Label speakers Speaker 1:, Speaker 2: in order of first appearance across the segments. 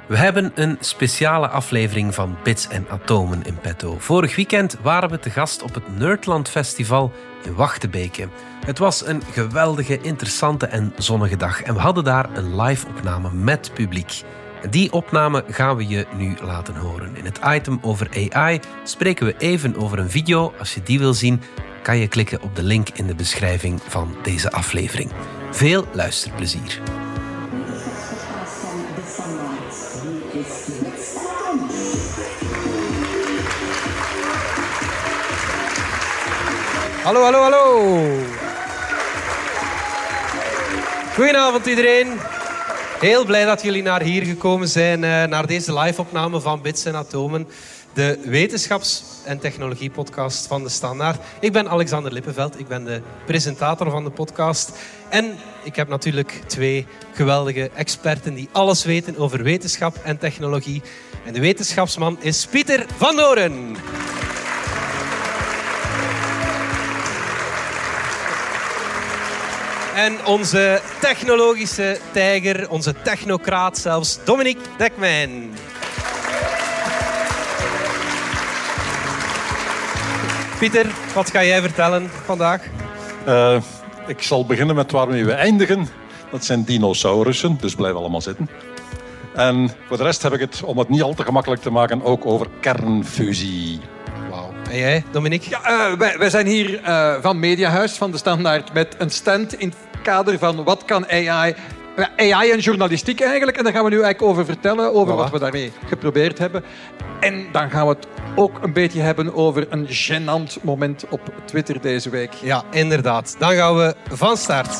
Speaker 1: We hebben een speciale aflevering van Bits en Atomen in petto. Vorig weekend waren we te gast op het Nerdland Festival in Wachtebeke. Het was een geweldige, interessante en zonnige dag en we hadden daar een live-opname met publiek. Die opname gaan we je nu laten horen. In het item over AI spreken we even over een video. Als je die wil zien, kan je klikken op de link in de beschrijving van deze aflevering. Veel luisterplezier.
Speaker 2: Hallo, hallo, hallo. Goedenavond iedereen. Heel blij dat jullie naar hier gekomen zijn, naar deze live-opname van Bits en Atomen. De wetenschaps- en technologiepodcast van De Standaard. Ik ben Alexander Lippenveld, ik ben de presentator van de podcast. En ik heb natuurlijk twee geweldige experten die alles weten over wetenschap en technologie. En de wetenschapsman is Pieter van Doren. En onze technologische tijger, onze technocraat zelfs, Dominique Dekmijn. Pieter, wat ga jij vertellen vandaag?
Speaker 3: Ik zal beginnen met waarmee we eindigen. Dat zijn dinosaurussen, dus blijf allemaal zitten. En voor de rest heb ik het, om het niet al te gemakkelijk te maken, ook over kernfusie.
Speaker 2: Wauw. En jij, Dominique?
Speaker 4: Ja, wij zijn hier van Mediahuis, van De Standaard, met een stand in het kader van wat kan AI... AI en journalistiek eigenlijk. En daar gaan we nu eigenlijk over vertellen, over wat we daarmee geprobeerd hebben. En dan gaan we het ook een beetje hebben over een gênant moment op Twitter deze week.
Speaker 2: Ja, inderdaad. Dan gaan we van start.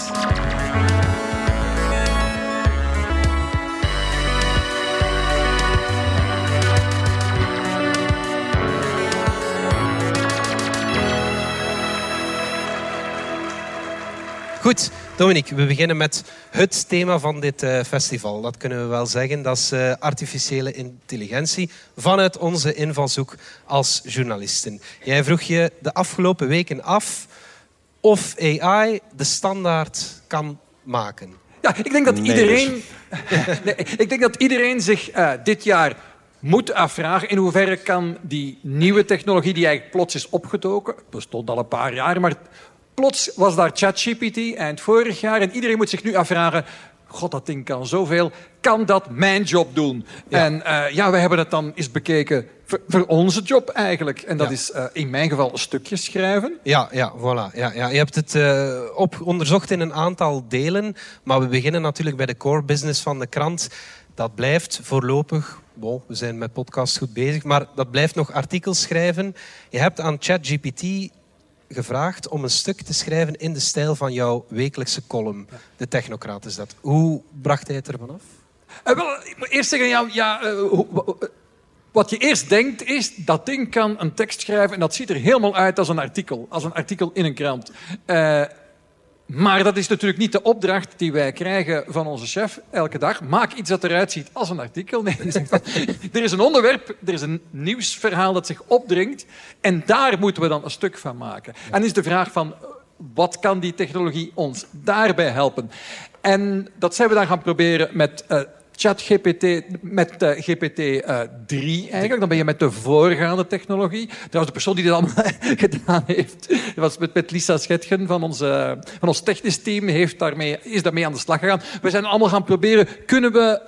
Speaker 2: Goed, Dominique, we beginnen met het thema van dit festival. Dat kunnen we wel zeggen, dat is artificiële intelligentie vanuit onze invalshoek als journalisten. Jij vroeg je de afgelopen weken af of AI de standaard kan maken.
Speaker 4: Ja, ik denk dat iedereen... ik denk dat iedereen zich dit jaar moet afvragen in hoeverre kan die nieuwe technologie die eigenlijk plots is opgedoken, bestond al een paar jaar, maar plots was daar ChatGPT eind vorig jaar en iedereen moet zich nu afvragen, god, dat ding kan zoveel, kan dat mijn job doen? Ja. En wij hebben het dan eens bekeken voor onze job eigenlijk. En dat is in mijn geval stukjes schrijven.
Speaker 2: Ja, voilà. Ja. Je hebt het onderzocht in een aantal delen, maar we beginnen natuurlijk bij de core business van de krant. Dat blijft voorlopig, we zijn met podcast goed bezig, maar dat blijft nog artikels schrijven. Je hebt aan ChatGPT gevraagd om een stuk te schrijven in de stijl van jouw wekelijkse column. De Technocraat is dat. Hoe bracht hij het ervan af?
Speaker 4: Ik moet eerst zeggen, wat je eerst denkt is, dat ding kan een tekst schrijven en dat ziet er helemaal uit als een artikel in een krant. Maar dat is natuurlijk niet de opdracht die wij krijgen van onze chef elke dag. Maak iets dat eruit ziet als een artikel. Nee, er is een onderwerp, er is een nieuwsverhaal dat zich opdringt en daar moeten we dan een stuk van maken. Ja. En is de vraag van, wat kan die technologie ons daarbij helpen? En dat zijn we dan gaan proberen met ChatGPT, met GPT-3 eigenlijk. Dan ben je met de voorgaande technologie. Trouwens, de persoon die dit allemaal gedaan heeft, dat was met Lisa Schetgen van ons technisch team, is daarmee aan de slag gegaan. We zijn allemaal gaan proberen, kunnen we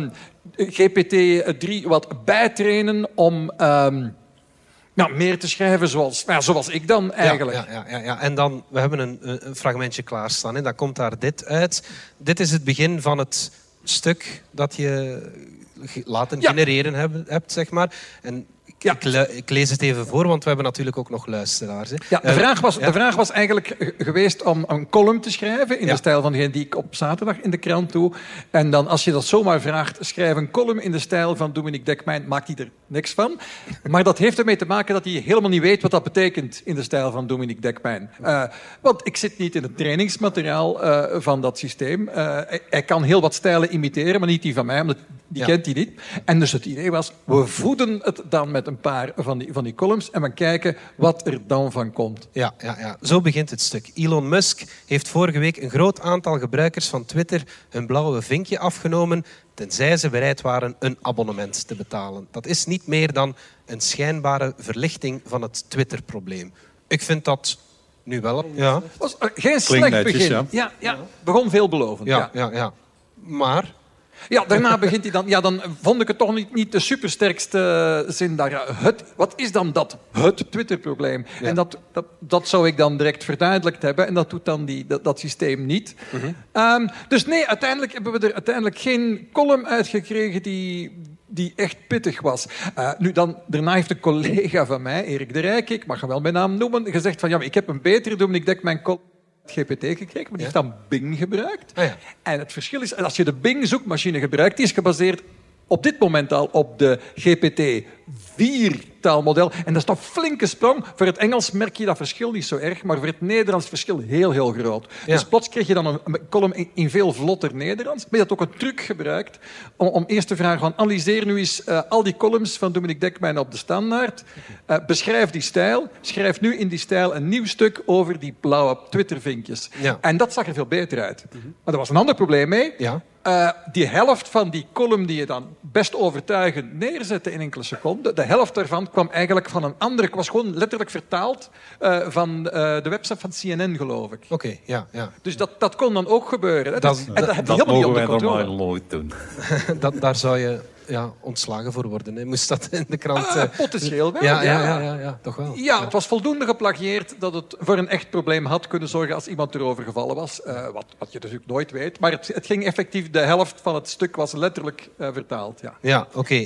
Speaker 4: GPT-3 wat bijtrainen om meer te schrijven zoals ik dan eigenlijk.
Speaker 2: Ja. En dan, we hebben een fragmentje klaarstaan. Hè. Dan komt daar dit uit. Dit is het begin van het stuk dat je laten genereren hebt, zeg maar. En ik lees het even voor, want we hebben natuurlijk ook nog luisteraars. Hè.
Speaker 4: Ja, de vraag was eigenlijk geweest om een column te schrijven in de stijl van degene die ik op zaterdag in de krant doe. En dan, als je dat zomaar vraagt, schrijf een column in de stijl van Dominique Dekmijn, maakt hij er niks van. Maar dat heeft ermee te maken dat hij helemaal niet weet wat dat betekent in de stijl van Dominique Dekmijn. Want ik zit niet in het trainingsmateriaal van dat systeem. Hij kan heel wat stijlen imiteren, maar niet die van mij, omdat die kent hij niet. En dus het idee was, we voeden het dan met met een paar van die columns en we kijken wat er dan van komt.
Speaker 2: Ja. Zo begint het stuk. Elon Musk heeft vorige week een groot aantal gebruikers van Twitter hun blauwe vinkje afgenomen, tenzij ze bereid waren een abonnement te betalen. Dat is niet meer dan een schijnbare verlichting van het Twitter-probleem. Ik vind dat nu wel... Ja,
Speaker 4: Was geen slecht
Speaker 3: netjes,
Speaker 4: begin. Ja. Begon veelbelovend.
Speaker 2: ja. Maar...
Speaker 4: Ja, daarna begint hij dan... Ja, dan vond ik het toch niet de supersterkste zin daar. Wat is dan het Twitter-probleem?
Speaker 2: Ja.
Speaker 4: En dat zou ik dan direct verduidelijkt hebben. En dat doet dan dat systeem niet. Dus nee, uiteindelijk hebben we er geen column uitgekregen die echt pittig was. Daarna heeft een collega van mij, Erik de Rijk, ik mag hem wel bij naam noemen, gezegd van ja, maar ik heb een betere doen, ik dek mijn column GPT gekregen, maar die heeft dan Bing gebruikt.
Speaker 2: Ah, ja.
Speaker 4: En het verschil is, als je de Bing-zoekmachine gebruikt, die is gebaseerd op dit moment al op de GPT-4-taalmodel. En dat is een flinke sprong. Voor het Engels merk je dat verschil niet zo erg, maar voor het Nederlands is het verschil heel, heel groot.
Speaker 2: Ja.
Speaker 4: Dus plots kreeg je dan een column in veel vlotter Nederlands. Maar je had ook een truc gebruikt om eerst te vragen van analyseer nu eens al die columns van Dominique Dekmijn op de Standaard. Beschrijf die stijl. Schrijf nu in die stijl een nieuw stuk over die blauwe Twitter-vinkjes.
Speaker 2: Ja.
Speaker 4: En dat zag er veel beter uit. Maar er was een ander probleem mee.
Speaker 2: Ja.
Speaker 4: Die helft van die column die je dan best overtuigend neerzette in enkele seconden, de helft daarvan kwam eigenlijk van een andere... was gewoon letterlijk vertaald van de website van CNN, geloof ik.
Speaker 2: Oké, ja.
Speaker 4: Dus dat kon dan ook gebeuren. Hè.
Speaker 2: Dat
Speaker 4: en dat heb je
Speaker 3: Dat
Speaker 4: helemaal niet
Speaker 3: mogen
Speaker 4: onder
Speaker 3: wij
Speaker 4: controle.
Speaker 3: normaal nooit doen.
Speaker 2: Daar zou je ontslagen voor worden. Hè. Moest dat in de krant...
Speaker 4: Potentieel wel.
Speaker 2: Ja, toch wel.
Speaker 4: Ja, het was voldoende geplagieerd dat het voor een echt probleem had kunnen zorgen als iemand erover gevallen was. Wat je natuurlijk nooit weet. Maar het ging effectief, de helft van het stuk was letterlijk vertaald. Ja.
Speaker 2: Ja, oké.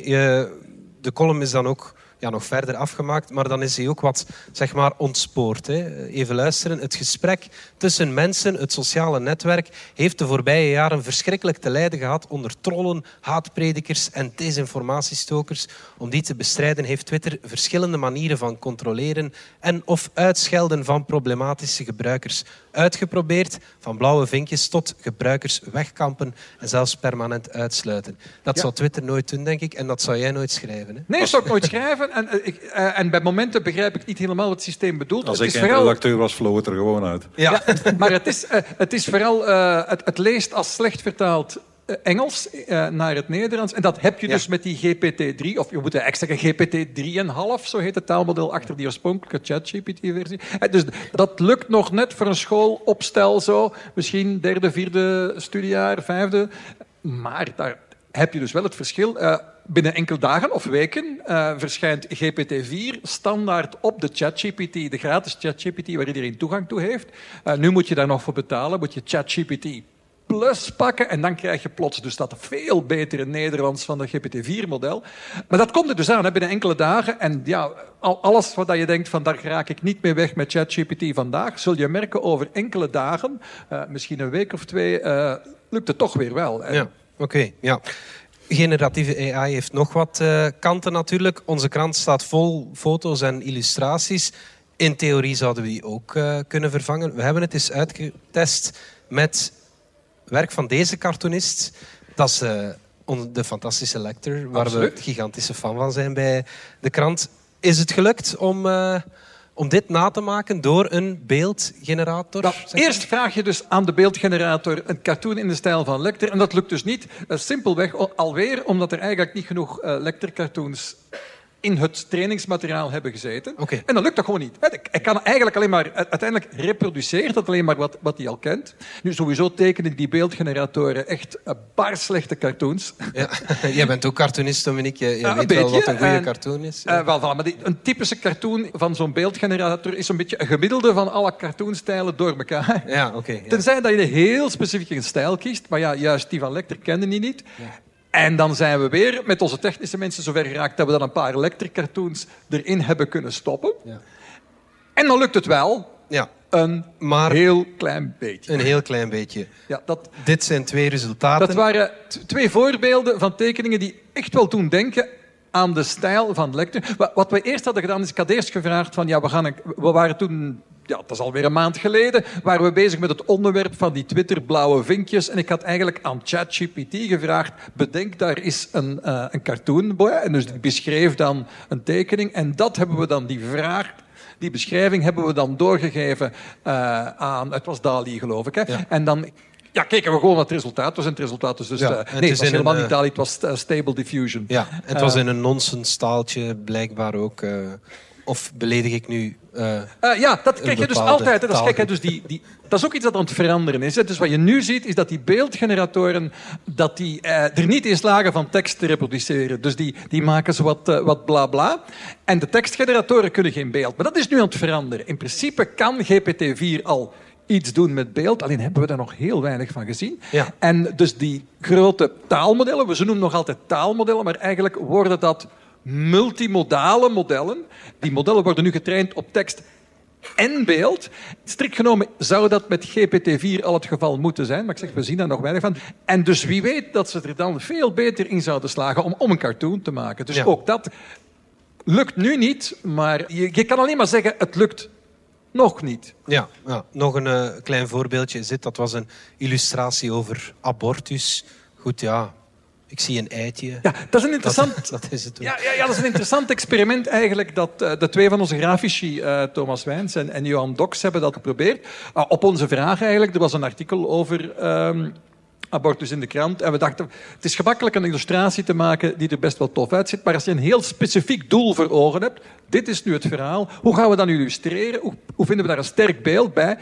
Speaker 2: De column is dan ook nog verder afgemaakt, maar dan is hij ook wat, zeg maar, ontspoord. Hè. Even luisteren. Het gesprek tussen mensen, het sociale netwerk, heeft de voorbije jaren verschrikkelijk te lijden gehad onder trollen, haatpredikers en desinformatiestokers. Om die te bestrijden heeft Twitter verschillende manieren van controleren en of uitschelden van problematische gebruikers uitgeprobeerd, van blauwe vinkjes tot gebruikers wegkampen en zelfs permanent uitsluiten. Dat zou Twitter nooit doen, denk ik, en dat zou jij nooit schrijven. Hè?
Speaker 4: Nee, dat zou ik nooit schrijven. En bij momenten begrijp ik niet helemaal wat het systeem bedoelt.
Speaker 3: Als
Speaker 4: Het
Speaker 3: ik
Speaker 4: is
Speaker 3: een
Speaker 4: vooral...
Speaker 3: redacteur was, vloog het er gewoon uit.
Speaker 2: Ja.
Speaker 4: Maar het is vooral... Het leest als slecht vertaald Engels naar het Nederlands. En dat heb je dus met die GPT-3, of je moet eigenlijk zeggen GPT-3,5, zo heet het taalmodel achter die oorspronkelijke ChatGPT-versie. Dus dat lukt nog net voor een schoolopstel zo. Misschien 3e, 4e studiejaar, 5e. Maar daar heb je dus wel het verschil. Binnen enkele dagen of weken verschijnt GPT-4 standaard op de ChatGPT, de gratis ChatGPT waar iedereen toegang toe heeft. Nu moet je daar nog voor betalen, moet je ChatGPT Plus pakken en dan krijg je plots dus dat veel betere Nederlands van de GPT-4-model. Maar dat komt er dus aan, binnen enkele dagen. En ja, alles wat je denkt van daar raak ik niet mee weg met ChatGPT vandaag, zul je merken over enkele dagen, misschien een week of 2, lukt het toch weer wel.
Speaker 2: Ja, oké. Ja. Generatieve AI heeft nog wat kanten natuurlijk. Onze krant staat vol foto's en illustraties. In theorie zouden we die ook kunnen vervangen. We hebben het eens uitgetest met werk van deze cartoonist. Dat is de fantastische Lecter, waar
Speaker 4: Absoluut.
Speaker 2: we gigantische fan van zijn bij de krant. Is het gelukt om dit na te maken door een beeldgenerator?
Speaker 4: Nou, eerst vraag je dus aan de beeldgenerator een cartoon in de stijl van Lecter. En dat lukt dus niet. Simpelweg alweer omdat er eigenlijk niet genoeg Lecter-cartoons in het trainingsmateriaal hebben gezeten.
Speaker 2: Okay.
Speaker 4: En dat lukt toch gewoon niet. Hij kan eigenlijk alleen maar... Uiteindelijk reproduceert dat alleen maar wat hij al kent. Nu, sowieso tekenen die beeldgeneratoren echt bar slechte cartoons.
Speaker 2: Ja. Jij bent ook cartoonist, Dominique. Je weet
Speaker 4: beetje,
Speaker 2: wel wat een goede cartoon is. Ja.
Speaker 4: Maar een typische cartoon van zo'n beeldgenerator is een beetje een gemiddelde van alle cartoonstijlen door elkaar.
Speaker 2: Ja, oké. Ja.
Speaker 4: Tenzij dat je een heel specifieke stijl kiest. Maar ja, juist die van Lecter kende die niet. Ja. En dan zijn we weer met onze technische mensen zover geraakt dat we dan een paar Lecter-cartoons erin hebben kunnen stoppen. Ja. En dan lukt het wel.
Speaker 2: Ja.
Speaker 4: Maar heel klein beetje.
Speaker 2: Een heel klein beetje.
Speaker 4: Ja,
Speaker 2: Dit zijn 2 resultaten.
Speaker 4: Dat waren 2 voorbeelden van tekeningen die echt wel doen denken aan de stijl van Lecter. Wat we eerst hadden gedaan is, ik had eerst gevraagd van, ja, we waren toen dat is alweer een maand geleden, waren we bezig met het onderwerp van die Twitter-blauwe vinkjes. En ik had eigenlijk aan ChatGPT gevraagd, bedenk daar is een cartoon. En dus die beschreef dan een tekening. En dat hebben we dan, die beschrijving hebben we dan doorgegeven aan... Het was DALL-E, geloof ik. Hè?
Speaker 2: Ja.
Speaker 4: En dan... Ja, keken we gewoon naar het resultaat. Het resultaat dus... nee, het was helemaal niet DALL-E, het was Stable Diffusion.
Speaker 2: Ja, het was in een nonsens-taaltje blijkbaar ook. Of beledig ik nu...
Speaker 4: ja, dat krijg je dus altijd. Dat is ook iets dat aan het veranderen is. Hè. Dus wat je nu ziet, is dat die beeldgeneratoren er niet in slagen van tekst te reproduceren. Dus die maken zo wat bla bla. En de tekstgeneratoren kunnen geen beeld. Maar dat is nu aan het veranderen. In principe kan GPT-4 al iets doen met beeld, alleen hebben we daar nog heel weinig van gezien.
Speaker 2: Ja.
Speaker 4: En dus die grote taalmodellen, we noemen nog altijd taalmodellen, maar eigenlijk worden dat multimodale modellen. Die modellen worden nu getraind op tekst en beeld. Strikt genomen zou dat met GPT-4 al het geval moeten zijn, maar ik zeg, we zien daar nog weinig van. En dus wie weet dat ze er dan veel beter in zouden slagen om een cartoon te maken. Dus ook dat lukt nu niet, maar je kan alleen maar zeggen, het lukt nog niet.
Speaker 2: Ja. Nog een klein voorbeeldje. Dat was een illustratie over abortus. Goed, ja. Ik zie een eitje.
Speaker 4: Ja, dat is een interessant...
Speaker 2: Dat is het ook.
Speaker 4: Ja, dat is een interessant experiment eigenlijk dat de twee van onze grafici, Thomas Wijns en Johan Doks, hebben dat geprobeerd. Op onze vraag eigenlijk. Er was een artikel over abortus in de krant. En we dachten, het is gemakkelijk een illustratie te maken die er best wel tof uitziet. Maar als je een heel specifiek doel voor ogen hebt, dit is nu het verhaal. Hoe gaan we dat illustreren? Hoe vinden we daar een sterk beeld bij?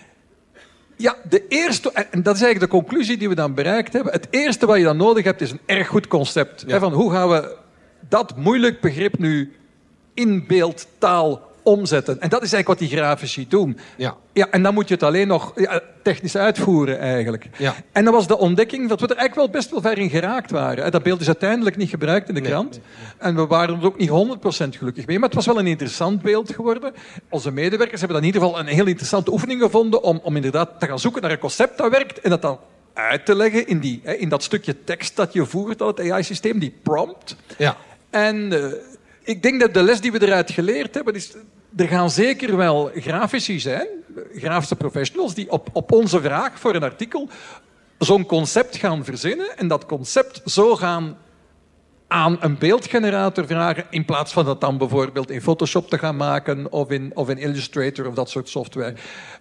Speaker 4: Ja, de eerste, en dat is eigenlijk de conclusie die we dan bereikt hebben. Het eerste wat je dan nodig hebt, is een erg goed concept.
Speaker 2: Ja.
Speaker 4: Van hoe gaan we dat moeilijk begrip nu in beeldtaal omzetten? En dat is eigenlijk wat die grafici doen.
Speaker 2: Ja.
Speaker 4: Ja, en dan moet je het alleen nog technisch uitvoeren, eigenlijk.
Speaker 2: Ja.
Speaker 4: En dan was de ontdekking dat we er eigenlijk wel best wel ver in geraakt waren. Dat beeld is uiteindelijk niet gebruikt in de krant. Nee. En we waren er ook niet 100% gelukkig mee. Maar het was wel een interessant beeld geworden. Onze medewerkers hebben dan in ieder geval een heel interessante oefening gevonden om inderdaad te gaan zoeken naar een concept dat werkt en dat dan uit te leggen in dat stukje tekst dat je voert aan het AI-systeem, die prompt.
Speaker 2: Ja.
Speaker 4: En ik denk dat de les die we eruit geleerd hebben is... Er gaan zeker wel grafici zijn, grafische professionals, die op onze vraag voor een artikel zo'n concept gaan verzinnen en dat concept zo gaan aan een beeldgenerator vragen in plaats van dat dan bijvoorbeeld in Photoshop te gaan maken of in Illustrator of dat soort software.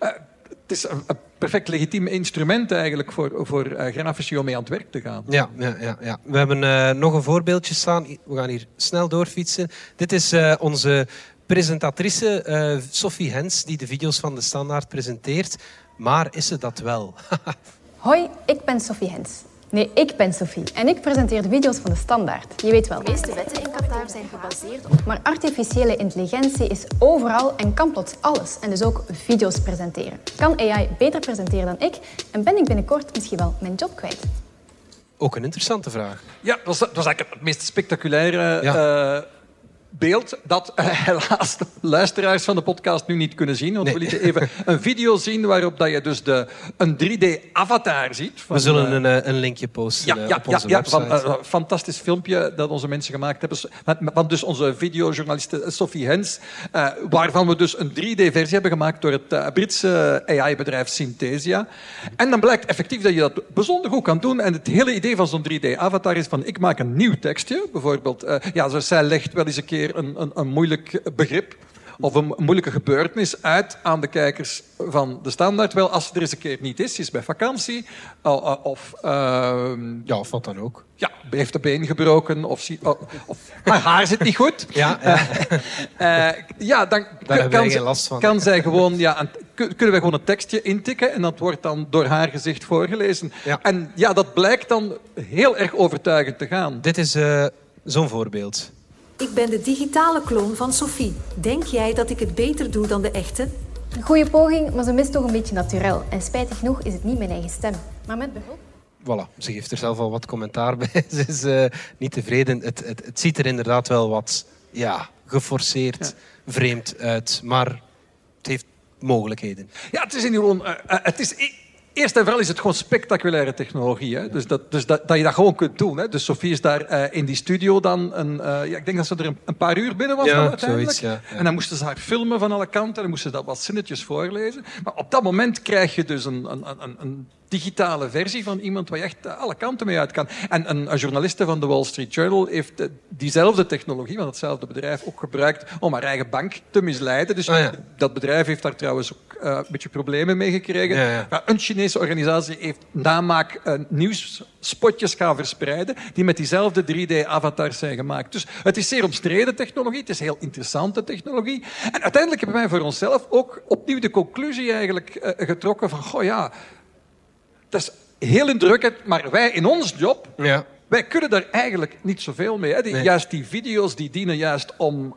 Speaker 4: Het is een perfect legitiem instrument eigenlijk voor grafici om mee aan het werk te gaan.
Speaker 2: Ja. We hebben nog een voorbeeldje staan. We gaan hier snel doorfietsen. Dit is onze presentatrice Sophie Hens, die de video's van de Standaard presenteert. Maar is ze dat wel?
Speaker 5: Hoi, ik ben Sophie Hens. Nee, ik ben Sophie en ik presenteer de video's van de Standaard. Je weet wel. De meeste wetten in Qatar zijn gebaseerd op... Maar artificiële intelligentie is overal en kan plots alles. En dus ook video's presenteren. Kan AI beter presenteren dan ik? En ben ik binnenkort misschien wel mijn job kwijt?
Speaker 2: Ook een interessante vraag.
Speaker 4: Ja, dat was eigenlijk het meest spectaculaire... beeld dat helaas de luisteraars van de podcast nu niet kunnen zien. Want we lieten even een video zien waarop dat je dus een 3D-avatar ziet.
Speaker 2: We zullen een linkje posten op onze website.
Speaker 4: Van een fantastisch filmpje dat onze mensen gemaakt hebben. Van dus onze videojournaliste Sophie Hens. Waarvan we dus een 3D-versie hebben gemaakt door het Britse AI-bedrijf Synthesia. En dan blijkt effectief dat je dat bijzonder goed kan doen. En het hele idee van zo'n 3D-avatar is van ik maak een nieuw tekstje. Bijvoorbeeld, zij legt wel eens een keer een moeilijk begrip of een moeilijke gebeurtenis uit aan de kijkers van de Standaard. Wel, als ze er eens een keer niet is, is bij vakantie of
Speaker 2: wat dan ook.
Speaker 4: Ja, heeft de been gebroken of haar haar zit niet goed. Dan kan zij gewoon... kunnen we gewoon een tekstje intikken en dat wordt dan door haar gezicht voorgelezen. Ja. En dat blijkt dan heel erg overtuigend te gaan.
Speaker 2: Dit is zo'n voorbeeld.
Speaker 6: Ik ben de digitale kloon van Sophie. Denk jij dat ik het beter doe dan de echte?
Speaker 5: Een goede poging, maar ze mist toch een beetje naturel. En spijtig genoeg is het niet mijn eigen stem. Maar met behulp...
Speaker 2: Voilà, ze geeft er zelf al wat commentaar bij. Ze is niet tevreden. Het ziet er inderdaad wel wat geforceerd, vreemd uit. Maar het heeft mogelijkheden.
Speaker 4: Ja, het is gewoon... Eerst en vooral is het gewoon spectaculaire technologie. Hè? Dus dat je dat gewoon kunt doen. Hè? Dus Sophie is daar in die studio dan... ik denk dat ze er een paar uur binnen was dan uiteindelijk.
Speaker 2: Zoiets, ja.
Speaker 4: En dan moesten ze haar filmen van alle kanten. En dan moesten ze dat wat zinnetjes voorlezen. Maar op dat moment krijg je dus een digitale versie van iemand waar je echt alle kanten mee uit kan. En een journaliste van de Wall Street Journal heeft diezelfde technologie van hetzelfde bedrijf ook gebruikt om haar eigen bank te misleiden. Dus dat bedrijf heeft daar trouwens ook een beetje problemen mee gekregen.
Speaker 2: Ja.
Speaker 4: Maar een Chinese organisatie heeft namaak nieuwsspotjes gaan verspreiden die met diezelfde 3D-avatars zijn gemaakt. Dus het is zeer omstreden technologie, het is heel interessante technologie. En uiteindelijk hebben wij voor onszelf ook opnieuw de conclusie eigenlijk getrokken van, goh ja, dat is heel indrukkend, maar wij in ons job, wij kunnen daar eigenlijk niet zoveel mee. Hè. Juist die video's die dienen juist om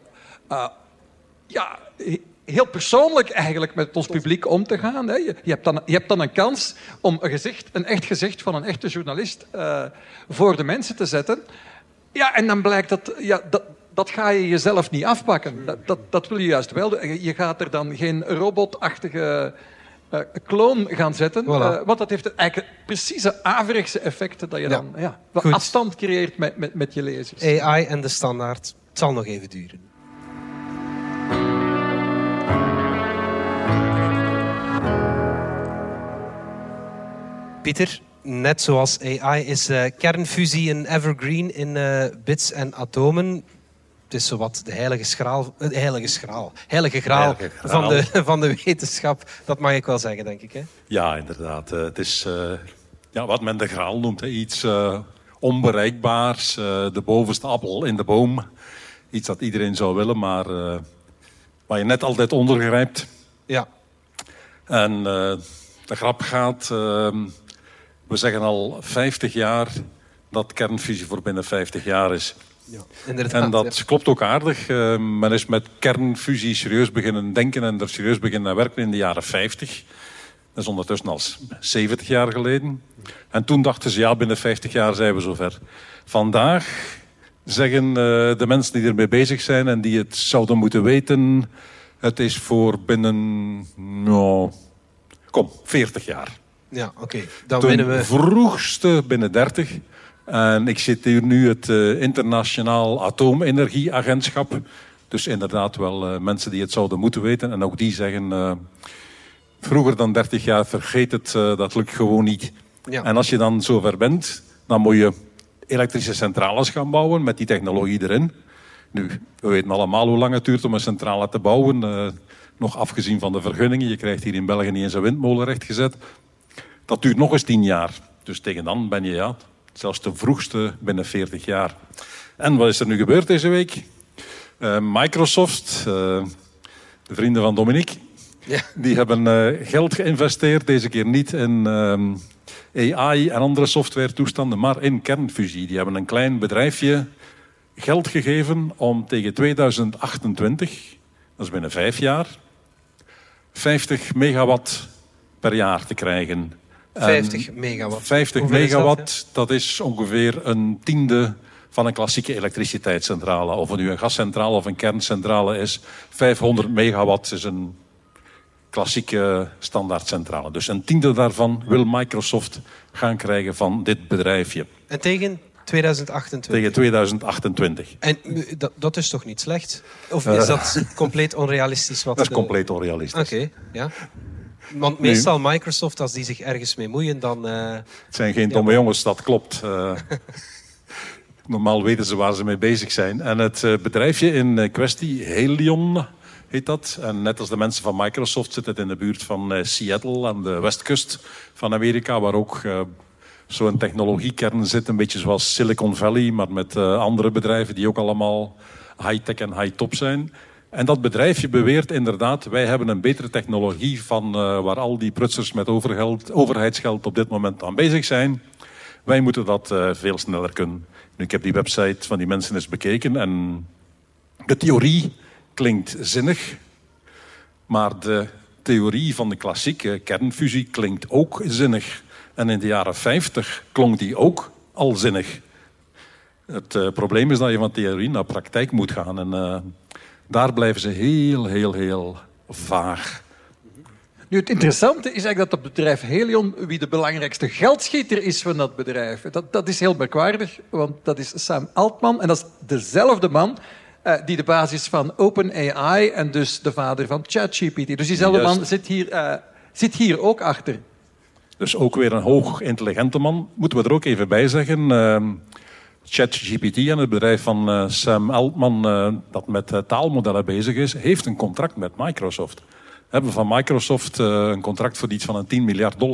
Speaker 4: heel persoonlijk eigenlijk met ons publiek om te gaan. Hè. Je hebt dan een kans om een echt gezicht van een echte journalist voor de mensen te zetten. Ja, en dan blijkt dat ga je jezelf niet afpakken. Dat wil je juist wel doen. Je gaat er dan geen robotachtige kloon gaan zetten.
Speaker 2: Voilà.
Speaker 4: Want dat heeft eigenlijk precieze averechtse effecten dat je dan afstand creëert met je lezers.
Speaker 2: AI en de standaard. Het zal nog even duren. Pieter, net zoals AI is kernfusie een evergreen in bits en atomen. Het is zowat de heilige graal van de wetenschap. Dat mag ik wel zeggen, denk ik. Hè?
Speaker 3: Ja, inderdaad. Het is wat men de graal noemt. Hè. Iets onbereikbaars. De bovenste appel in de boom. Iets dat iedereen zou willen, maar waar je net altijd onder grijpt.
Speaker 2: Ja.
Speaker 3: En de grap gaat... we zeggen al 50 jaar dat kernfusie voor binnen 50 jaar is.
Speaker 2: Ja, inderdaad,
Speaker 3: en dat klopt ook aardig. Men is met kernfusie serieus beginnen denken en er serieus beginnen werken in de jaren 50. Dat is ondertussen al 70 jaar geleden. En toen dachten ze, binnen 50 jaar zijn we zover. Vandaag zeggen de mensen die ermee bezig zijn en die het zouden moeten weten, het is voor binnen 40 jaar.
Speaker 2: Ja, oké. Dan winnen we...
Speaker 3: vroegste binnen 30. En ik zit hier nu het Internationaal Atoomenergieagentschap. Dus inderdaad wel mensen die het zouden moeten weten. En ook die zeggen, vroeger dan 30 jaar, vergeet het, dat lukt gewoon niet. Ja. En als je dan zover bent, dan moet je elektrische centrales gaan bouwen met die technologie erin. Nu, we weten allemaal hoe lang het duurt om een centrale te bouwen. Nog afgezien van de vergunningen. Je krijgt hier in België niet eens een windmolen rechtgezet. Dat duurt nog eens 10 jaar. Dus tegen dan ben je zelfs de vroegste binnen 40 jaar. En wat is er nu gebeurd deze week? Microsoft, de vrienden van Dominique, die hebben geld geïnvesteerd. Deze keer niet in AI en andere softwaretoestanden, maar in kernfusie. Die hebben een klein bedrijfje geld gegeven om tegen 2028, dat is binnen 5 jaar, 50 megawatt per jaar te krijgen.
Speaker 2: 50 megawatt.
Speaker 3: 50 megawatt, dat is ongeveer een tiende van een klassieke elektriciteitscentrale. Of het nu een gascentrale of een kerncentrale is. 500 megawatt is een klassieke standaardcentrale. Dus een tiende daarvan wil Microsoft gaan krijgen van dit bedrijfje.
Speaker 2: En tegen 2028?
Speaker 3: Tegen 2028.
Speaker 2: En dat is toch niet slecht? Of is dat compleet onrealistisch?
Speaker 3: Dat is compleet onrealistisch.
Speaker 2: Oké, ja. Want meestal Microsoft, als die zich ergens mee moeien, dan...
Speaker 3: Het zijn geen domme jongens, dat klopt. Normaal weten ze waar ze mee bezig zijn. En het bedrijfje in kwestie, Helion heet dat. En net als de mensen van Microsoft zit het in de buurt van Seattle aan de westkust van Amerika, waar ook zo'n technologiekern zit. Een beetje zoals Silicon Valley, maar met andere bedrijven die ook allemaal high-tech en high-top zijn. En dat bedrijfje beweert inderdaad, wij hebben een betere technologie van waar al die prutsers met overheidsgeld op dit moment aan bezig zijn. Wij moeten dat veel sneller kunnen. Nu, ik heb die website van die mensen eens bekeken en de theorie klinkt zinnig, maar de theorie van de klassieke kernfusie klinkt ook zinnig. En in de jaren 50 klonk die ook al zinnig. Het probleem is dat je van theorie naar praktijk moet gaan en daar blijven ze heel vaag.
Speaker 4: Nu, het interessante is eigenlijk dat het bedrijf Helion wie de belangrijkste geldschieter is van dat bedrijf. Dat is heel merkwaardig, want dat is Sam Altman. En dat is dezelfde man die de basis van OpenAI en dus de vader van ChatGPT. Dus diezelfde man zit hier ook achter.
Speaker 3: Dus ook weer een hoog intelligente man. Moeten we er ook even bij zeggen. ChatGPT en het bedrijf van Sam Altman dat met taalmodellen bezig is, heeft een contract met Microsoft. Hebben van Microsoft een contract voor iets van een $10 miljard.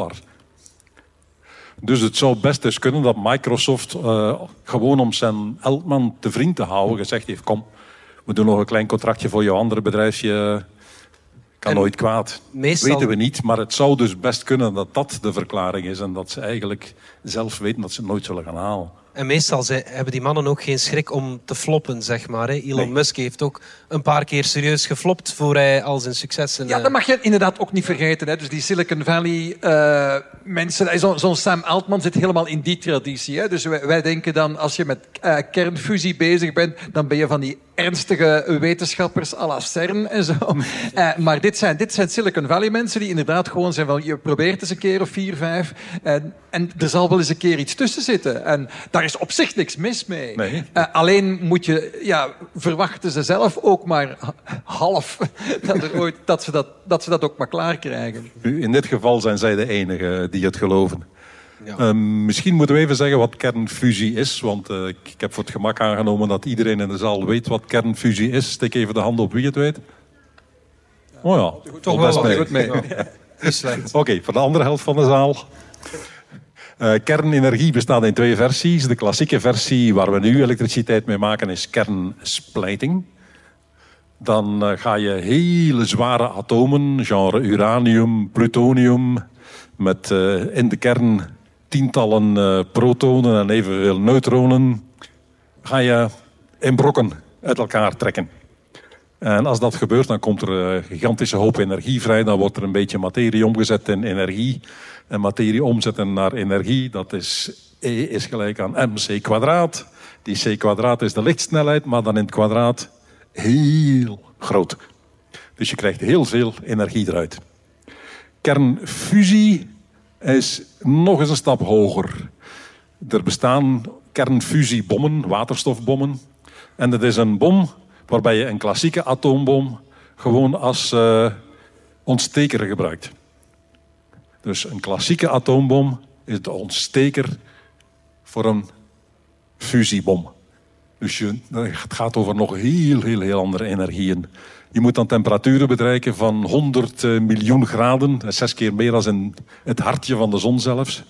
Speaker 3: Dus het zou best eens kunnen dat Microsoft gewoon om Sam Altman te vriend te houden gezegd heeft, kom, we doen nog een klein contractje voor jouw andere bedrijfje. Kan nooit kwaad.
Speaker 2: Meestal
Speaker 3: weten we niet, maar het zou dus best kunnen dat dat de verklaring is en dat ze eigenlijk zelf weten dat ze het nooit zullen gaan halen.
Speaker 2: En meestal hebben die mannen ook geen schrik om te floppen, zeg maar. Hè. Elon Musk heeft ook een paar keer serieus geflopt voor hij al zijn successen...
Speaker 4: Ja, dat mag je inderdaad ook niet vergeten. Hè. Dus die Silicon Valley mensen... Zo'n Sam Altman zit helemaal in die traditie. Hè. Dus wij denken dan, als je met kernfusie bezig bent, dan ben je van die ernstige wetenschappers à la CERN en zo. Maar dit zijn Silicon Valley mensen die inderdaad gewoon zijn van, je probeert eens een keer of 4, 5 en er zal wel eens een keer iets tussen zitten. En daar is op zich niks mis mee.
Speaker 3: Nee.
Speaker 4: Alleen moet je, verwachten ze zelf ook maar half dat ze dat ook maar klaar krijgen.
Speaker 3: In dit geval zijn zij de enigen die het geloven. Ja. Misschien moeten we even zeggen wat kernfusie is, want ik heb voor het gemak aangenomen dat iedereen in de zaal weet wat kernfusie is. Steek even de hand op wie het weet. Oh ja,
Speaker 2: toch wel best goed mee.
Speaker 3: Oké, voor de andere helft van de zaal. Kernenergie bestaat in 2 versies. De klassieke versie waar we nu elektriciteit mee maken is kernsplijting. Dan ga je hele zware atomen, genre uranium, plutonium, met in de kern tientallen protonen en evenveel neutronen, ga je in brokken uit elkaar trekken. En als dat gebeurt, dan komt er een gigantische hoop energie vrij. Dan wordt er een beetje materie omgezet in energie. En materie omzetten naar energie, dat is E is gelijk aan mc kwadraat. Die c kwadraat is de lichtsnelheid, maar dan in het kwadraat heel groot. Dus je krijgt heel veel energie eruit. Kernfusie is nog eens een stap hoger. Er bestaan kernfusiebommen, waterstofbommen. En dat is een bom waarbij je een klassieke atoombom gewoon als ontsteker gebruikt. Dus een klassieke atoombom is de ontsteker voor een fusiebom. Dus het gaat over nog heel andere energieën. Je moet dan temperaturen bereiken van 100 miljoen graden. Dat is 6 keer meer dan in het hartje van de zon zelfs.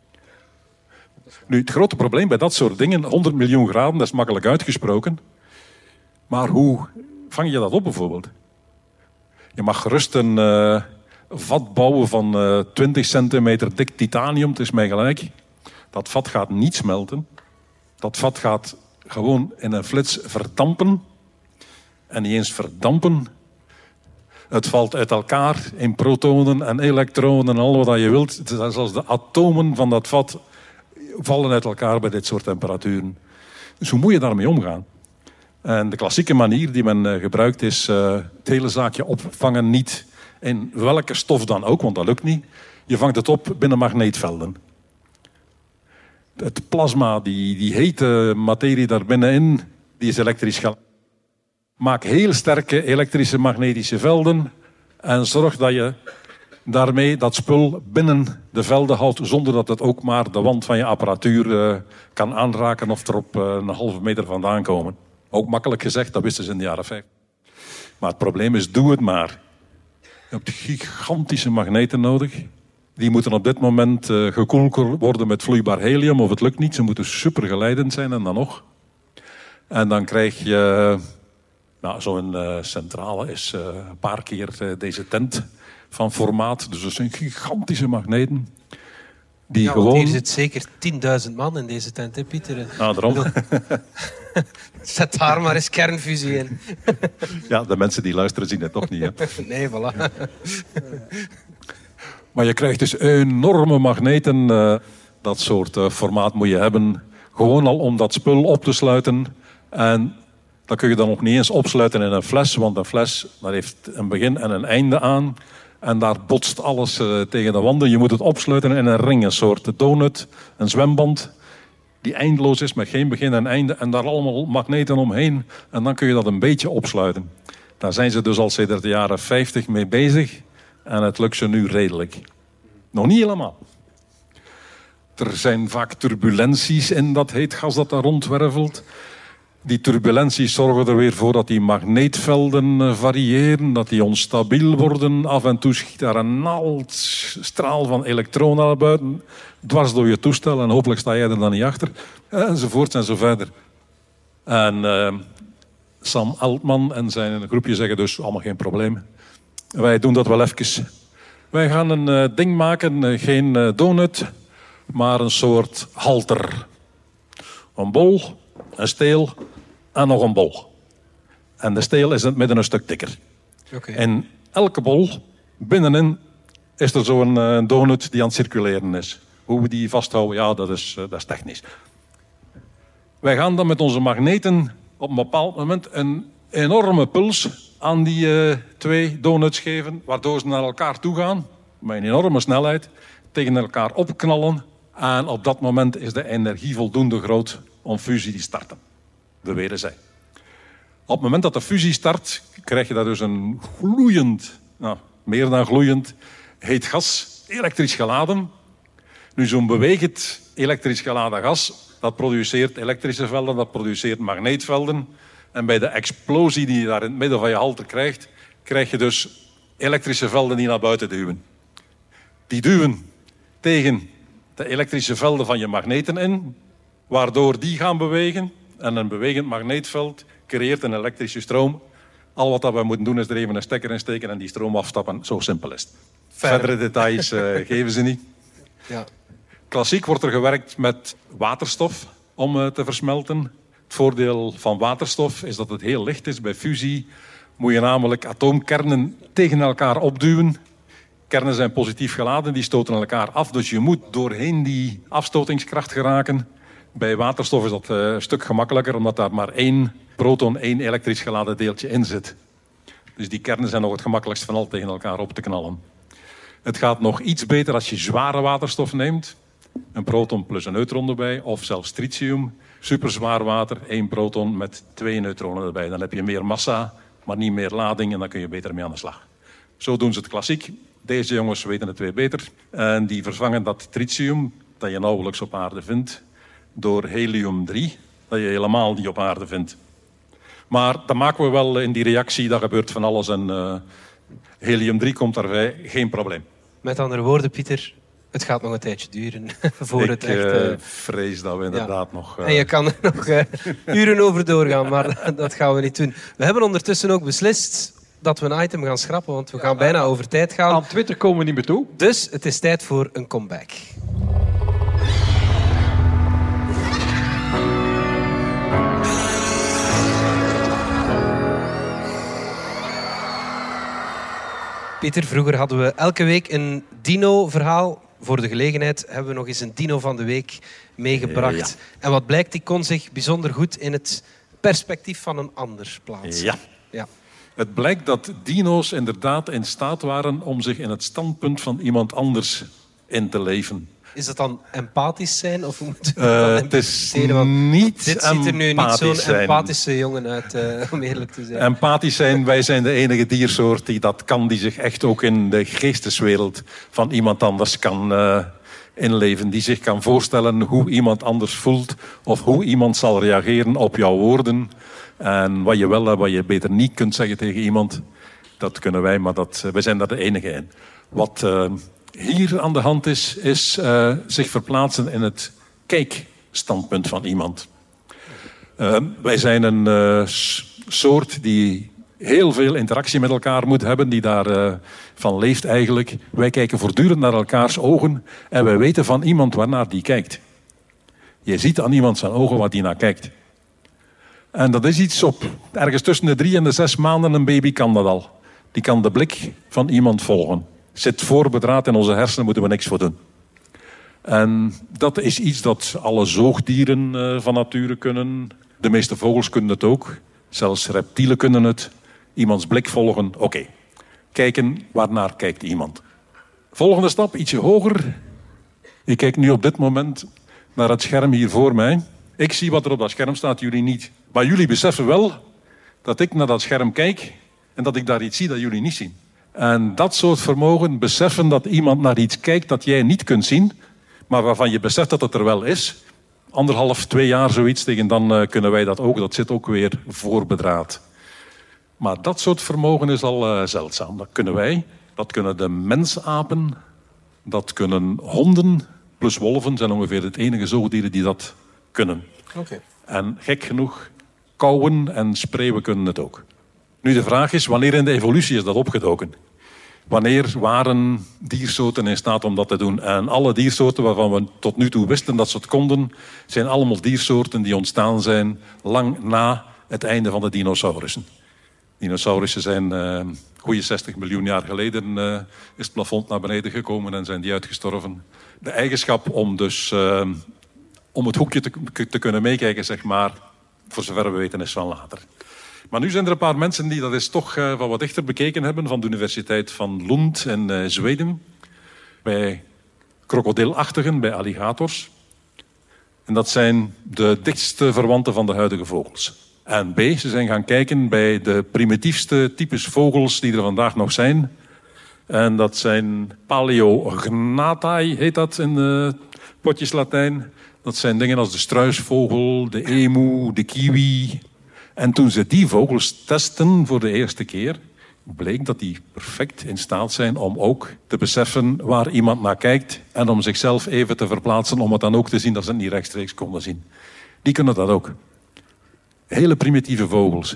Speaker 3: Nu, het grote probleem bij dat soort dingen, 100 miljoen graden, dat is makkelijk uitgesproken. Maar hoe vang je dat op bijvoorbeeld? Je mag gerust een vat bouwen van 20 centimeter dik titanium, het is mij gelijk. Dat vat gaat niet smelten. Dat vat gaat gewoon in een flits verdampen. En niet eens verdampen. Het valt uit elkaar in protonen en elektronen en al wat je wilt. Zelfs de atomen van dat vat vallen uit elkaar bij dit soort temperaturen. Dus hoe moet je daarmee omgaan? En de klassieke manier die men gebruikt is het hele zaakje opvangen, niet in welke stof dan ook, want dat lukt niet. Je vangt het op binnen magneetvelden. Het plasma, die hete materie daar binnenin, die is elektrisch geladen. Maak heel sterke elektrische magnetische velden en zorg dat je daarmee dat spul binnen de velden houdt zonder dat het ook maar de wand van je apparatuur kan aanraken of er op een halve meter vandaan komen. Ook makkelijk gezegd, dat wisten ze in de jaren 50. Maar het probleem is, doe het maar. Je hebt gigantische magneten nodig. Die moeten op dit moment gekoeld worden met vloeibaar helium, of het lukt niet. Ze moeten supergeleidend zijn en dan nog. En dan krijg je... zo'n centrale is een paar keer deze tent van formaat. Dus dat zijn gigantische magneten. Die gewoon...
Speaker 2: Hier zit zeker 10.000 man in deze tent, hè, Pieter?
Speaker 3: Nou, daarom.
Speaker 2: Zet daar maar eens kernfusie in.
Speaker 3: Ja, de mensen die luisteren zien het toch niet. Hè?
Speaker 2: Nee, voilà.
Speaker 3: Maar je krijgt dus enorme magneten. Dat soort formaat moet je hebben. Gewoon al om dat spul op te sluiten. En dat kun je dan nog niet eens opsluiten in een fles. Want een fles, dat heeft een begin en een einde aan. En daar botst alles tegen de wanden. Je moet het opsluiten in een ring, een soort donut, een zwemband, die eindeloos is met geen begin en einde. En daar allemaal magneten omheen. En dan kun je dat een beetje opsluiten. Daar zijn ze dus al sinds de jaren 50 mee bezig. En het lukt ze nu redelijk. Nog niet helemaal. Er zijn vaak turbulenties in dat heet gas dat daar rondwervelt. Die turbulenties zorgen er weer voor dat die magneetvelden variëren, dat die onstabiel worden. Af en toe schiet daar een naaldstraal van elektronen naar buiten, dwars door je toestel en hopelijk sta jij er dan niet achter. Enzovoort en zo verder. En Sam Altman en zijn groepje zeggen dus allemaal geen probleem. Wij doen dat wel even. Wij gaan een ding maken, geen donut, maar een soort halter. Een bol, een steel en nog een bol. En de steel is in het midden een stuk dikker.
Speaker 2: Okay.
Speaker 3: En elke bol, binnenin, is er zo'n donut die aan het circuleren is. Hoe we die vasthouden, ja, dat is technisch. Wij gaan dan met onze magneten op een bepaald moment een enorme puls aan die 2 donuts geven, waardoor ze naar elkaar toe gaan, met een enorme snelheid, tegen elkaar opknallen. En op dat moment is de energie voldoende groot om fusie te starten. Beweren zij. Op het moment dat de fusie start, krijg je daar dus een gloeiend, meer dan gloeiend, heet gas, elektrisch geladen. Nu, zo'n bewegend elektrisch geladen gas, dat produceert elektrische velden, dat produceert magneetvelden. En bij de explosie die je daar in het midden van je halter krijgt, krijg je dus elektrische velden die naar buiten duwen. Die duwen tegen de elektrische velden van je magneten in, waardoor die gaan bewegen. En een bewegend magneetveld creëert een elektrische stroom. Al wat we moeten doen is er even een stekker in steken en die stroom afstappen. Zo simpel is het. Verdere details geven ze niet.
Speaker 2: Ja.
Speaker 3: Klassiek wordt er gewerkt met waterstof om te versmelten. Het voordeel van waterstof is dat het heel licht is. Bij fusie moet je namelijk atoomkernen tegen elkaar opduwen. Kernen zijn positief geladen, die stoten elkaar af. Dus je moet doorheen die afstotingskracht geraken. Bij waterstof is dat een stuk gemakkelijker, omdat daar maar 1 proton, 1 elektrisch geladen deeltje in zit. Dus die kernen zijn nog het gemakkelijkst van al tegen elkaar op te knallen. Het gaat nog iets beter als je zware waterstof neemt. Een proton plus een neutron erbij, of zelfs tritium. Superzwaar water, 1 proton met 2 neutronen erbij. Dan heb je meer massa, maar niet meer lading en dan kun je beter mee aan de slag. Zo doen ze het klassiek. Deze jongens weten het weer beter. En die vervangen dat tritium, dat je nauwelijks op aarde vindt, door helium-3, dat je helemaal niet op aarde vindt. Maar dat maken we wel in die reactie, dat gebeurt van alles. En helium-3 komt daarbij, geen probleem.
Speaker 2: Met andere woorden, Pieter, het gaat nog een tijdje duren voor het echt...
Speaker 3: Ik vrees dat we inderdaad nog...
Speaker 2: En je kan er nog uren over doorgaan, maar dat gaan we niet doen. We hebben ondertussen ook beslist dat we een item gaan schrappen, want we gaan bijna over tijd gaan.
Speaker 4: Aan Twitter komen we niet meer toe.
Speaker 2: Dus het is tijd voor een comeback. Pieter, vroeger hadden we elke week een dino-verhaal. Voor de gelegenheid hebben we nog eens een dino van de week meegebracht.
Speaker 3: Ja.
Speaker 2: En wat blijkt, die kon zich bijzonder goed in het perspectief van een ander plaatsen. Ja.
Speaker 3: Het blijkt dat dino's inderdaad in staat waren om zich in het standpunt van iemand anders in te leven.
Speaker 2: Is dat dan empathisch zijn? Of hoe moeten we dat
Speaker 3: Het is
Speaker 2: want
Speaker 3: niet
Speaker 2: dit ziet er nu niet zo'n
Speaker 3: zijn.
Speaker 2: empathische jongen uit, om eerlijk te zijn.
Speaker 3: Empathisch zijn, wij zijn de enige diersoort die dat kan, die zich echt ook in de geesteswereld van iemand anders kan inleven. Die zich kan voorstellen hoe iemand anders voelt of hoe iemand zal reageren op jouw woorden. En wat je wel en wat je beter niet kunt zeggen tegen iemand, dat kunnen wij, maar wij zijn daar de enige in. Wat hier aan de hand is zich verplaatsen in het kijkstandpunt van iemand. Wij zijn een soort die heel veel interactie met elkaar moet hebben, die daarvan leeft eigenlijk. Wij kijken voortdurend naar elkaars ogen en wij weten van iemand waarnaar die kijkt. Je ziet aan iemand zijn ogen waar die naar kijkt. En dat is iets op ergens tussen de 3 en de 6 maanden, een baby kan dat al. Die kan de blik van iemand volgen. Zit voorbedraad in onze hersenen, moeten we niks voor doen. En dat is iets dat alle zoogdieren van nature kunnen. De meeste vogels kunnen het ook. Zelfs reptielen kunnen het. Iemands blik volgen, oké. kijken waarnaar kijkt iemand. Volgende stap, ietsje hoger. Ik kijk nu op dit moment naar het scherm hier voor mij. Ik zie wat er op dat scherm staat, jullie niet. Maar jullie beseffen wel dat ik naar dat scherm kijk en dat ik daar iets zie dat jullie niet zien. En dat soort vermogen, beseffen dat iemand naar iets kijkt dat jij niet kunt zien, maar waarvan je beseft dat het er wel is. 1,5, 2 jaar zoiets, tegen dan kunnen wij dat ook. Dat zit ook weer voorbedraad. Maar dat soort vermogen is al zeldzaam. Dat kunnen wij, dat kunnen de mensapen, dat kunnen honden, plus wolven zijn ongeveer het enige zoogdieren die dat kunnen.
Speaker 2: Okay.
Speaker 3: En gek genoeg, kauwen en spreeuwen kunnen het ook. Nu de vraag is, wanneer in de evolutie is dat opgedoken? Wanneer waren diersoorten in staat om dat te doen? En alle diersoorten waarvan we tot nu toe wisten dat ze het konden, zijn allemaal diersoorten die ontstaan zijn lang na het einde van de dinosaurussen. Dinosaurussen zijn goede 60 miljoen jaar geleden is het plafond naar beneden gekomen en zijn die uitgestorven. De eigenschap om dus om het hoekje te kunnen meekijken, zeg maar, voor zover we weten, is van later. Maar nu zijn er een paar mensen die dat eens toch van wat dichter bekeken hebben, van de Universiteit van Lund in Zweden, bij krokodilachtigen, bij alligators. En dat zijn de dichtste verwanten van de huidige vogels. En B, ze zijn gaan kijken bij de primitiefste types vogels die er vandaag nog zijn. En dat zijn Paleognathae, heet dat in potjes Latijn. Dat zijn dingen als de struisvogel, de emu, de kiwi. En toen ze die vogels testen voor de eerste keer, bleek dat die perfect in staat zijn om ook te beseffen waar iemand naar kijkt en om zichzelf even te verplaatsen om het dan ook te zien dat ze het niet rechtstreeks konden zien. Die kunnen dat ook. Hele primitieve vogels.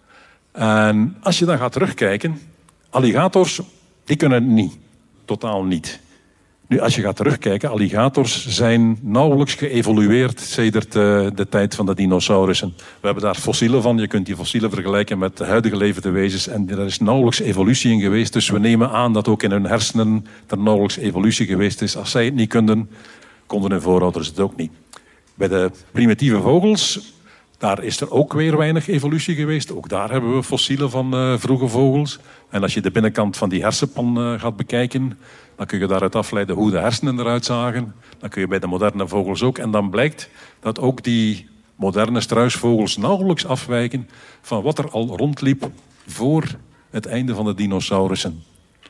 Speaker 3: En als je dan gaat terugkijken, alligators, die kunnen het niet. Totaal niet. Nu, als je gaat terugkijken, alligators zijn nauwelijks geëvolueerd sedert de tijd van de dinosaurussen. We hebben daar fossielen van. Je kunt die fossielen vergelijken met de huidige levende wezens. En er is nauwelijks evolutie in geweest. Dus we nemen aan dat ook in hun hersenen er nauwelijks evolutie geweest is. Als zij het niet konden hun voorouders het ook niet. Bij de primitieve vogels, daar is er ook weer weinig evolutie geweest. Ook daar hebben we fossielen van vroege vogels. En als je de binnenkant van die hersenpan gaat bekijken, dan kun je daaruit afleiden hoe de hersenen eruit zagen. Dan kun je bij de moderne vogels ook. En dan blijkt dat ook die moderne struisvogels nauwelijks afwijken van wat er al rondliep voor het einde van de dinosaurussen.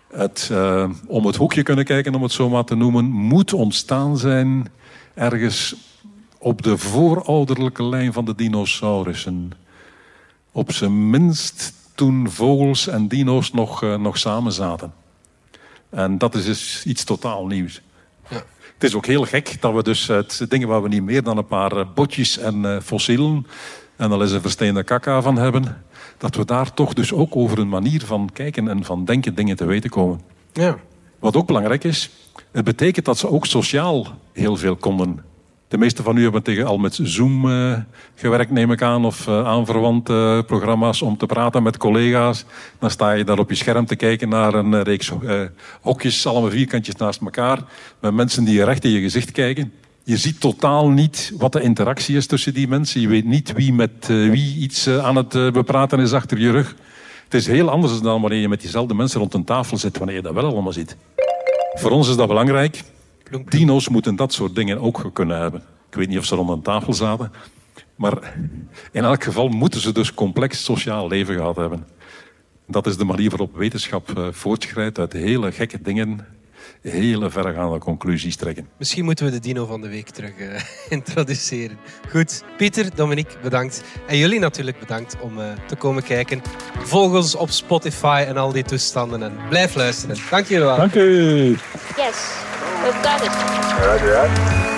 Speaker 3: Om het hoekje kunnen kijken, om het zo maar te noemen, moet ontstaan zijn ergens op de voorouderlijke lijn van de dinosaurussen. Op zijn minst toen vogels en dino's nog samen zaten. En dat is dus iets totaal nieuws. Ja. Het is ook heel gek dat we dus het dingen waar we niet meer dan een paar botjes en fossielen en al eens een versteende kaka van hebben, dat we daar toch dus ook over een manier van kijken en van denken dingen te weten komen.
Speaker 2: Ja.
Speaker 3: Wat ook belangrijk is, het betekent dat ze ook sociaal heel veel konden. De meeste van u hebben al met Zoom gewerkt, neem ik aan, of aanverwante programma's om te praten met collega's. Dan sta je daar op je scherm te kijken naar een reeks hokjes, allemaal vierkantjes naast elkaar, met mensen die je recht in je gezicht kijken. Je ziet totaal niet wat de interactie is tussen die mensen. Je weet niet wie met wie iets aan het bepraten is achter je rug. Het is heel anders dan wanneer je met diezelfde mensen rond een tafel zit, wanneer je dat wel allemaal ziet. Voor ons is dat belangrijk. Dino's moeten dat soort dingen ook kunnen hebben. Ik weet niet of ze rond een tafel zaten. Maar in elk geval moeten ze dus complex sociaal leven gehad hebben. Dat is de manier waarop wetenschap voortschrijdt uit hele gekke dingen, hele verregaande conclusies trekken.
Speaker 2: Misschien moeten we de dino van de week terug introduceren. Goed, Pieter, Dominique, bedankt. En jullie natuurlijk bedankt om te komen kijken. Volg ons op Spotify en al die toestanden. En blijf luisteren. Dank jullie wel.
Speaker 3: Dank u.
Speaker 7: Yes, we've got it.